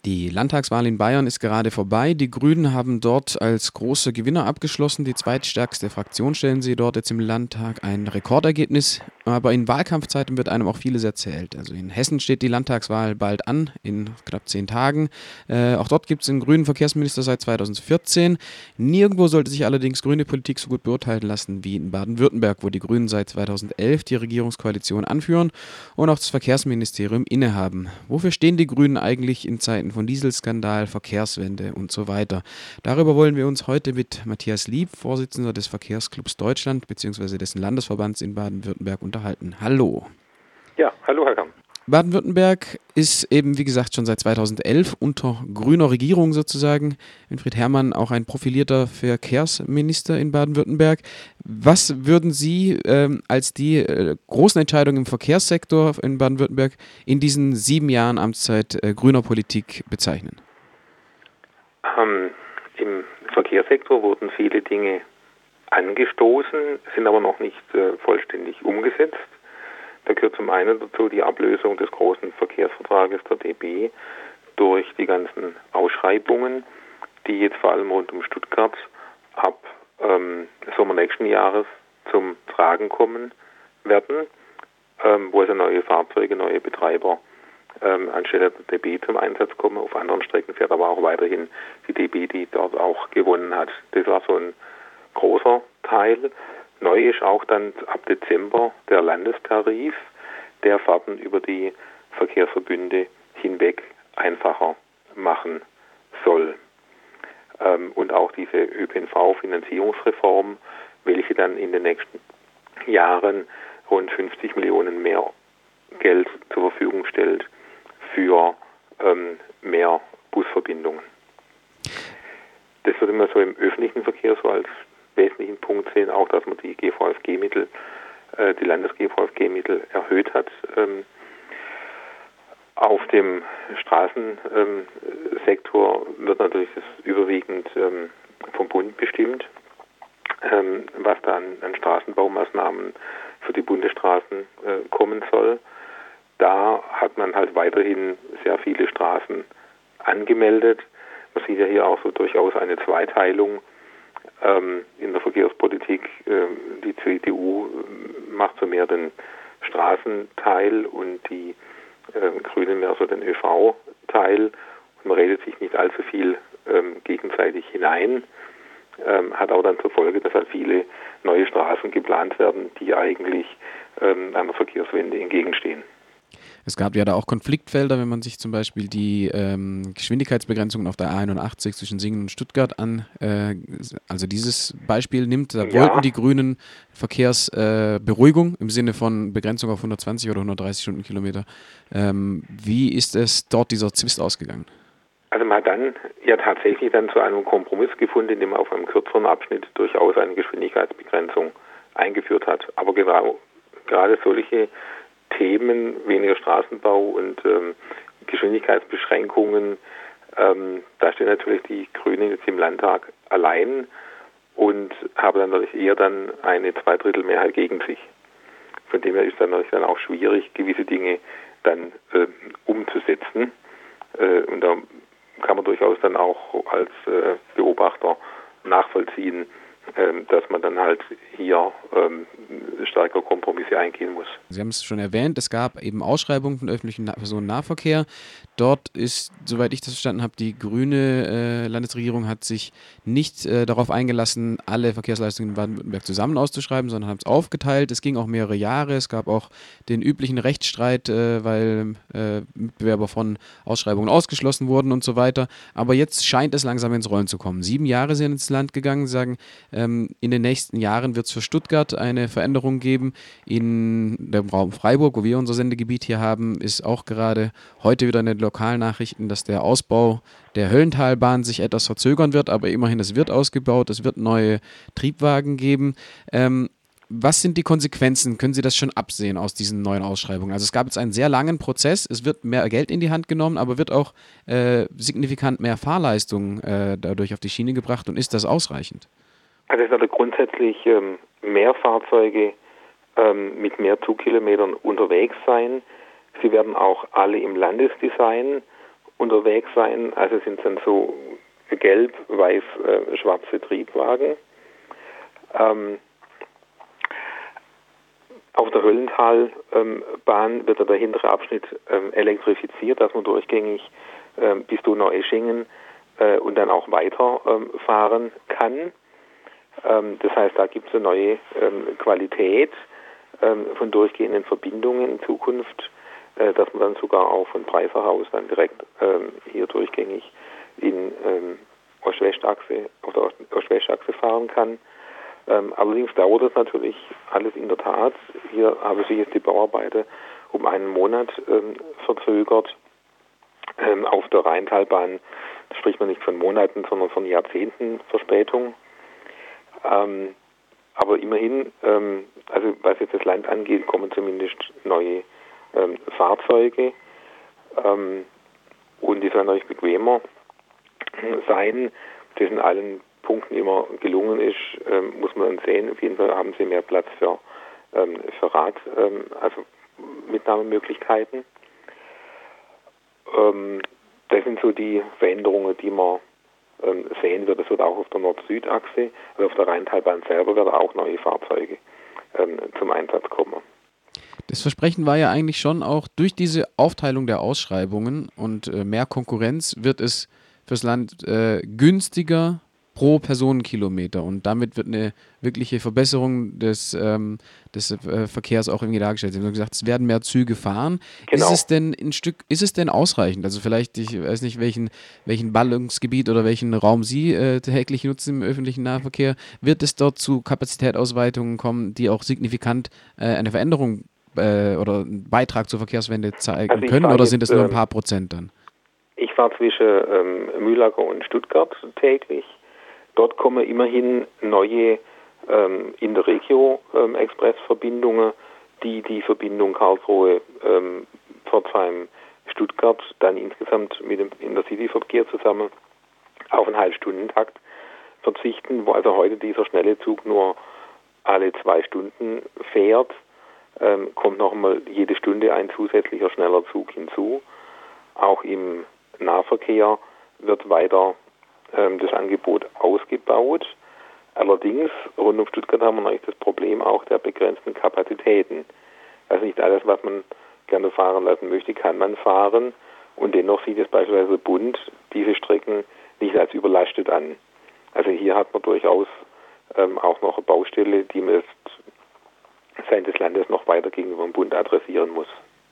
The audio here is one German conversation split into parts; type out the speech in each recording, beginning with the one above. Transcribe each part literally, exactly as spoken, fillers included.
Die Landtagswahl in Bayern ist gerade vorbei. Die Grünen haben dort als große Gewinner abgeschlossen. Die zweitstärkste Fraktion stellen sie dort jetzt im Landtag. Ein Rekordergebnis. Aber in Wahlkampfzeiten wird einem auch vieles erzählt. Also in Hessen steht die Landtagswahl bald an, in knapp zehn Tagen. Äh, auch dort gibt es einen grünen Verkehrsminister seit zweitausendvierzehn. Nirgendwo sollte sich allerdings grüne Politik so gut beurteilen lassen wie in Baden-Württemberg, wo die Grünen seit zweitausendelf die Regierungskoalition anführen und auch das Verkehrsministerium innehaben. Wofür stehen die Grünen eigentlich in Zeiten von Dieselskandal, Verkehrswende und so weiter? Darüber wollen wir uns heute mit Matthias Lieb, Vorsitzender des Verkehrsclubs Deutschland bzw. dessen Landesverbands in Baden-Württemberg, unterhalten. Hallo. Ja, hallo Herr Kamm. Baden-Württemberg ist eben, wie gesagt, schon seit zweitausendelf unter grüner Regierung sozusagen. Winfried Herrmann, auch ein profilierter Verkehrsminister in Baden-Württemberg. Was würden Sie ähm, als die äh, großen Entscheidungen im Verkehrssektor in Baden-Württemberg in diesen sieben Jahren Amtszeit äh, grüner Politik bezeichnen? Ähm, Im Verkehrssektor wurden viele Dinge angestoßen, sind aber noch nicht äh, vollständig umgesetzt. Da gehört zum einen dazu die Ablösung des großen Verkehrsvertrages der D B durch die ganzen Ausschreibungen, die jetzt vor allem rund um Stuttgart ab ähm, Sommer nächsten Jahres zum Tragen kommen werden, ähm, wo also neue Fahrzeuge, neue Betreiber ähm, anstelle der D B zum Einsatz kommen. Auf anderen Strecken fährt aber auch weiterhin die D B, die dort auch gewonnen hat. Das war so ein großer Teil. Neu ist auch dann ab Dezember der Landestarif, der Fahrten über die Verkehrsverbünde hinweg einfacher machen soll. Ähm, und auch diese Ö P N V-Finanzierungsreform, welche dann in den nächsten Jahren rund fünfzig Millionen mehr Geld zur Verfügung stellt für ähm, mehr Busverbindungen. Das wird immer so im öffentlichen Verkehr so als wesentlichen Punkt sehen, auch dass man die G V F G-Mittel, äh, die Landes-G V F G-Mittel erhöht hat. Ähm, auf dem Straßensektor ähm, wird natürlich das überwiegend ähm, vom Bund bestimmt, ähm, was da an, an Straßenbaumaßnahmen für die Bundesstraßen äh, kommen soll. Da hat man halt weiterhin sehr viele Straßen angemeldet. Man sieht ja hier auch so durchaus eine Zweiteilung in der Verkehrspolitik. Die C D U macht so mehr den Straßenteil und die Grünen mehr so den Ö V-Teil. Und man redet sich nicht allzu viel gegenseitig hinein. Hat auch dann zur Folge, dass halt viele neue Straßen geplant werden, die eigentlich einer Verkehrswende entgegenstehen. Es gab ja da auch Konfliktfelder, wenn man sich zum Beispiel die ähm, Geschwindigkeitsbegrenzungen auf der A einundachtzig zwischen Singen und Stuttgart an, äh, also dieses Beispiel nimmt. Da ja. wollten die Grünen Verkehrsberuhigung äh, im Sinne von Begrenzung auf hundertzwanzig oder hundertdreißig Stundenkilometer. Ähm, wie ist es dort dieser Zwist ausgegangen? Also man hat dann ja tatsächlich dann zu einem Kompromiss gefunden, indem man auf einem kürzeren Abschnitt durchaus eine Geschwindigkeitsbegrenzung eingeführt hat. Aber genau gerade solche Themen, weniger Straßenbau und ähm, Geschwindigkeitsbeschränkungen, ähm, da stehen natürlich die Grünen jetzt im Landtag allein und haben dann natürlich eher dann eine Zweidrittelmehrheit gegen sich. Von dem her ist dann natürlich dann auch schwierig, gewisse Dinge dann äh, umzusetzen. Äh, und da kann man durchaus dann auch als äh, Beobachter nachvollziehen, dass man dann halt hier ähm, stärker Kompromisse eingehen muss. Sie haben es schon erwähnt, es gab eben Ausschreibungen von öffentlichen Personennahverkehr. Dort ist, soweit ich das verstanden habe, die grüne äh, Landesregierung hat sich nicht äh, darauf eingelassen, alle Verkehrsleistungen in Baden-Württemberg zusammen auszuschreiben, sondern hat es aufgeteilt. Es ging auch mehrere Jahre. Es gab auch den üblichen Rechtsstreit, äh, weil äh, Mitbewerber von Ausschreibungen ausgeschlossen wurden und so weiter. Aber jetzt scheint es langsam ins Rollen zu kommen. Sieben Jahre sind ins Land gegangen, sagen, ähm, in den nächsten Jahren wird es für Stuttgart eine Veränderung geben. In dem Raum Freiburg, wo wir unser Sendegebiet hier haben, ist auch gerade heute wieder in den Lokalnachrichten, dass der Ausbau der Höllentalbahn sich etwas verzögern wird, aber immerhin, es wird ausgebaut, es wird neue Triebwagen geben. Ähm, was sind die Konsequenzen? Können Sie das schon absehen aus diesen neuen Ausschreibungen? Also es gab jetzt einen sehr langen Prozess, es wird mehr Geld in die Hand genommen, aber wird auch äh, signifikant mehr Fahrleistung äh, dadurch auf die Schiene gebracht und ist das ausreichend? Also es werden grundsätzlich ähm, mehr Fahrzeuge ähm, mit mehr Zugkilometern unterwegs sein. Sie werden auch alle im Landesdesign unterwegs sein. Also sind dann so gelb, weiß, äh, schwarze Triebwagen. Ähm, auf der Höllentalbahn ähm, wird der hintere Abschnitt ähm, elektrifiziert, dass man durchgängig ähm, bis Donaueschingen äh, und dann auch weiter ähm, fahren kann. Ähm, das heißt, da gibt es eine neue ähm, Qualität ähm, von durchgehenden Verbindungen in Zukunft, äh, dass man dann sogar auch von Preiserhaus dann direkt ähm, hier durchgängig in ähm, Ost-West-Achse, auf der Ost-West-Achse fahren kann. Ähm, allerdings dauert es natürlich alles in der Tat. Hier habe sich jetzt die Bauarbeiten um einen Monat ähm, verzögert. Ähm, auf der Rheintalbahn spricht man nicht von Monaten, sondern von Jahrzehnten Verspätung. Ähm, aber immerhin, ähm, also was jetzt das Land angeht, kommen zumindest neue ähm, Fahrzeuge ähm, und die sollen natürlich bequemer sein. Das in allen Punkten immer gelungen ist, ähm, muss man dann sehen. Auf jeden Fall haben sie mehr Platz für, ähm, für Rad, ähm, also Mitnahmemöglichkeiten. Ähm, das sind so die Veränderungen, die man ähm, sehen wird. Es wird auch auf der Nord-Süd-Achse, also auf der Rheintalbahn selber, werden auch neue Fahrzeuge ähm, zum Einsatz kommen. Das Versprechen war ja eigentlich schon auch, durch diese Aufteilung der Ausschreibungen und äh, mehr Konkurrenz wird es fürs Land äh, günstiger pro Personenkilometer und damit wird eine wirkliche Verbesserung des, ähm, des äh, Verkehrs auch irgendwie dargestellt. Sie haben gesagt, es werden mehr Züge fahren. Genau. Ist es denn ein Stück, ist es denn ausreichend? Also vielleicht, ich weiß nicht, welchen, welchen Ballungsgebiet oder welchen Raum Sie äh, täglich nutzen im öffentlichen Nahverkehr. Wird es dort zu Kapazitätsausweitungen kommen, die auch signifikant äh, eine Veränderung äh, oder einen Beitrag zur Verkehrswende zeigen also können, oder jetzt, sind es nur ein ähm, paar Prozent dann? Ich fahre zwischen ähm, Mühlacker und Stuttgart täglich. Dort kommen immerhin neue ähm, Interregio-Express-Verbindungen, die die Verbindung Karlsruhe, ähm, Pforzheim, Stuttgart dann insgesamt mit dem Intercity-Verkehr zusammen auf einen Halbstundentakt verzichten, wo also heute dieser schnelle Zug nur alle zwei Stunden fährt, ähm, kommt nochmal jede Stunde ein zusätzlicher schneller Zug hinzu. Auch im Nahverkehr wird weiter ähm, das Angebot ausgebaut. Allerdings, rund um Stuttgart haben wir natürlich das Problem auch der begrenzten Kapazitäten. Also nicht alles, was man gerne fahren lassen möchte, kann man fahren. Und dennoch sieht es beispielsweise der Bund diese Strecken nicht als überlastet an. Also hier hat man durchaus ähm, auch noch eine Baustelle, die man jetzt seitens des Landes noch weiter gegenüber dem Bund adressieren muss.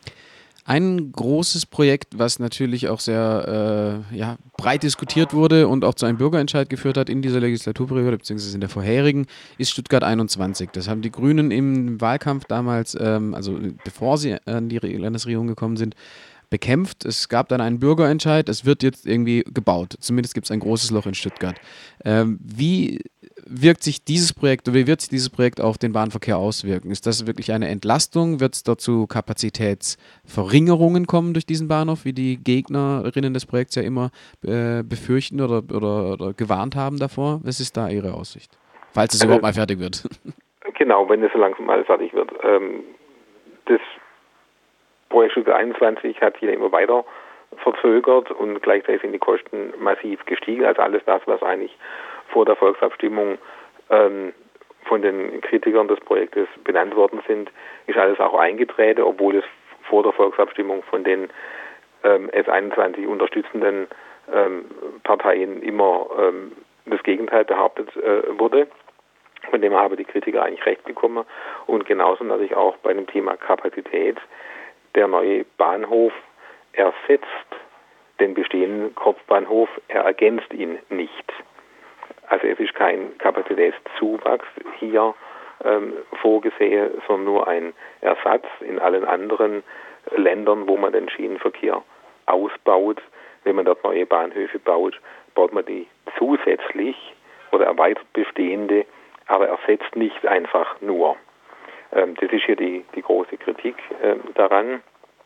Ein großes Projekt, was natürlich auch sehr äh, ja, breit diskutiert wurde und auch zu einem Bürgerentscheid geführt hat in dieser Legislaturperiode, beziehungsweise in der vorherigen, ist Stuttgart einundzwanzig. Das haben die Grünen im Wahlkampf damals, ähm, also bevor sie an die Landesregierung gekommen sind, bekämpft. Es gab dann einen Bürgerentscheid, es wird jetzt irgendwie gebaut. Zumindest gibt es ein großes Loch in Stuttgart. Ähm, wie wirkt sich dieses Projekt, oder wie wird sich dieses Projekt auf den Bahnverkehr auswirken? Ist das wirklich eine Entlastung? Wird es dazu Kapazitätsverringerungen kommen durch diesen Bahnhof, wie die Gegnerinnen des Projekts ja immer äh, befürchten oder, oder, oder gewarnt haben davor? Was ist da Ihre Aussicht? Falls es also, überhaupt mal fertig wird. Genau, wenn es so langsam mal fertig wird. Ähm, das Projekt Stuttgart einundzwanzig hat hier immer weiter verzögert und gleichzeitig sind die Kosten massiv gestiegen. Also alles das, was eigentlich vor der Volksabstimmung ähm, von den Kritikern des Projektes benannt worden sind, ist alles auch eingetreten, obwohl es vor der Volksabstimmung von den ähm, S einundzwanzig unterstützenden ähm, Parteien immer ähm, das Gegenteil behauptet äh, wurde. Von dem haben die Kritiker eigentlich recht bekommen. Und genauso natürlich auch bei dem Thema Kapazität. Der neue Bahnhof ersetzt den bestehenden Kopfbahnhof, er ergänzt ihn nicht. Also es ist kein Kapazitätszuwachs hier ähm, vorgesehen, sondern nur ein Ersatz. In allen anderen Ländern, wo man den Schienenverkehr ausbaut, wenn man dort neue Bahnhöfe baut, baut man die zusätzlich oder erweitert bestehende, aber ersetzt nicht einfach nur. Ähm, das ist hier die, die große Kritik ähm, daran.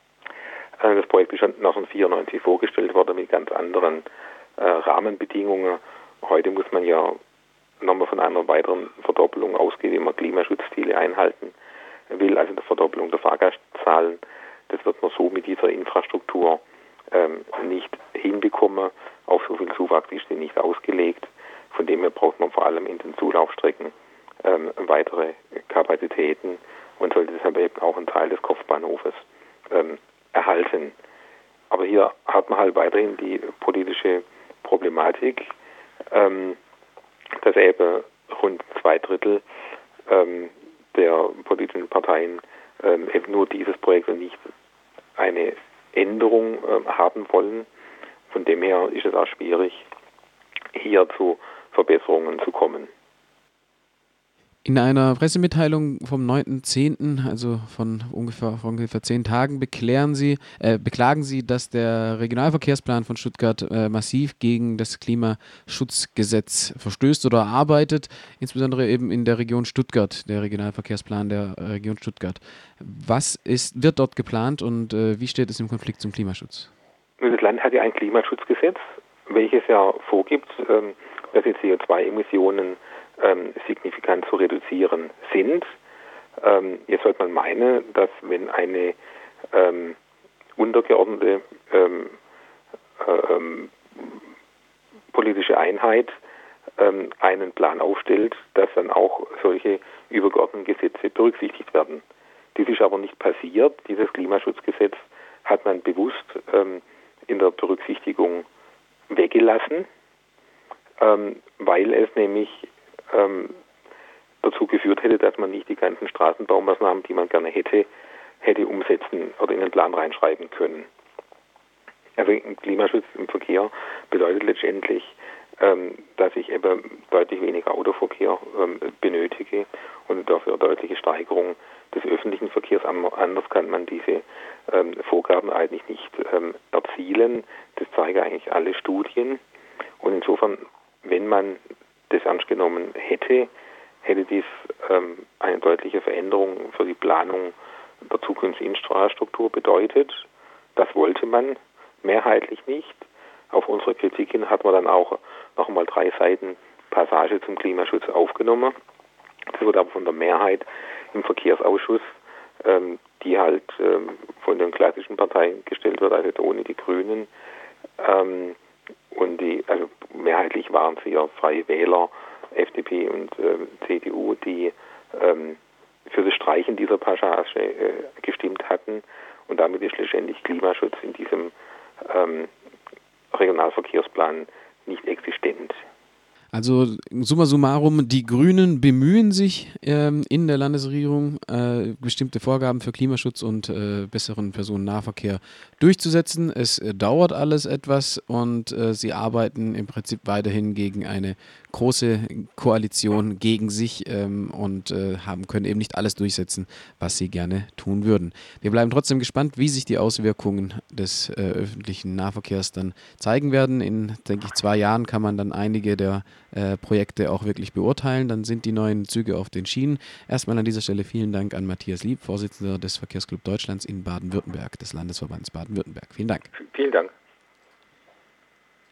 Äh, das Projekt ist neunzehnhundertvierundneunzig vorgestellt worden mit ganz anderen äh, Rahmenbedingungen. Heute muss man ja nochmal von einer weiteren Verdoppelung ausgehen, wenn man Klimaschutzziele einhalten will, also der Verdoppelung der Fahrgastzahlen. Das wird man so mit dieser Infrastruktur ähm, nicht hinbekommen. Auf so viel Zuwachs ist sie nicht ausgelegt. Von dem her braucht man vor allem in den Zulaufstrecken ähm, weitere Kapazitäten und sollte deshalb eben auch einen Teil des Kopfbahnhofes ähm, erhalten. Aber hier hat man halt weiterhin die politische Problematik, ähm, dass eben rund zwei Drittel ähm, der politischen Parteien ähm, eben nur dieses Projekt und nicht eine Änderung ähm, haben wollen. Von dem her ist es auch schwierig, hier zu Verbesserungen zu kommen. In einer Pressemitteilung vom neunten zehnten, also von ungefähr, von ungefähr zehn Tagen, beklären Sie, äh, beklagen Sie, dass der Regionalverkehrsplan von Stuttgart äh, massiv gegen das Klimaschutzgesetz verstößt oder arbeitet, insbesondere eben in der Region Stuttgart, der Regionalverkehrsplan der äh, Region Stuttgart. Was ist, wird dort geplant und äh, wie steht es im Konflikt zum Klimaschutz? Das Land hat ja ein Klimaschutzgesetz, welches ja vorgibt, ähm, dass die C O zwei Emissionen ähm, signifikant zu reduzieren sind. Ähm, jetzt sollte man meinen, dass wenn eine ähm, untergeordnete ähm, ähm, politische Einheit ähm, einen Plan aufstellt, dass dann auch solche übergeordneten Gesetze berücksichtigt werden. Dies ist aber nicht passiert. Dieses Klimaschutzgesetz hat man bewusst ähm, in der Berücksichtigung weggelassen, ähm, weil es nämlich ähm, dazu geführt hätte, dass man nicht die ganzen Straßenbaumaßnahmen, die man gerne hätte, hätte umsetzen oder in den Plan reinschreiben können. Also Klimaschutz im Verkehr bedeutet letztendlich, ähm, dass ich eben deutlich weniger Autoverkehr ähm, benötige und dafür deutliche Steigerung des öffentlichen Verkehrs. Anders kann man diese ähm, Vorgaben eigentlich nicht ähm, erzielen. Das zeigen eigentlich alle Studien. Und insofern, wenn man das ernst genommen hätte, hätte dies ähm, eine deutliche Veränderung für die Planung der zukünftigen Infrastruktur bedeutet. Das wollte man mehrheitlich nicht. Auf unsere Kritik hin hat man dann auch noch einmal drei Seiten Passage zum Klimaschutz aufgenommen. Das wird aber von der Mehrheit im Verkehrsausschuss, ähm, die halt ähm, von den klassischen Parteien gestellt wird, also ohne die Grünen. Ähm, und die, also mehrheitlich waren es ja Freie Wähler, F D P und ähm, C D U, die ähm, für das Streichen dieser Passage äh, gestimmt hatten. Und damit ist letztendlich Klimaschutz in diesem ähm, Regionalverkehrsplan nicht existent. Also summa summarum, die Grünen bemühen sich ähm, in der Landesregierung, äh, bestimmte Vorgaben für Klimaschutz und äh, besseren Personennahverkehr durchzusetzen. Es äh, dauert alles etwas und äh, sie arbeiten im Prinzip weiterhin gegen eine große Koalition gegen sich ähm, und äh, haben, können eben nicht alles durchsetzen, was sie gerne tun würden. Wir bleiben trotzdem gespannt, wie sich die Auswirkungen des äh, öffentlichen Nahverkehrs dann zeigen werden. In, denke ich, zwei Jahren kann man dann einige der Äh, Projekte auch wirklich beurteilen. Dann sind die neuen Züge auf den Schienen. Erstmal an dieser Stelle vielen Dank an Matthias Lieb, Vorsitzender des Verkehrsclub Deutschlands in Baden-Württemberg, des Landesverbands Baden-Württemberg. Vielen Dank. Vielen Dank.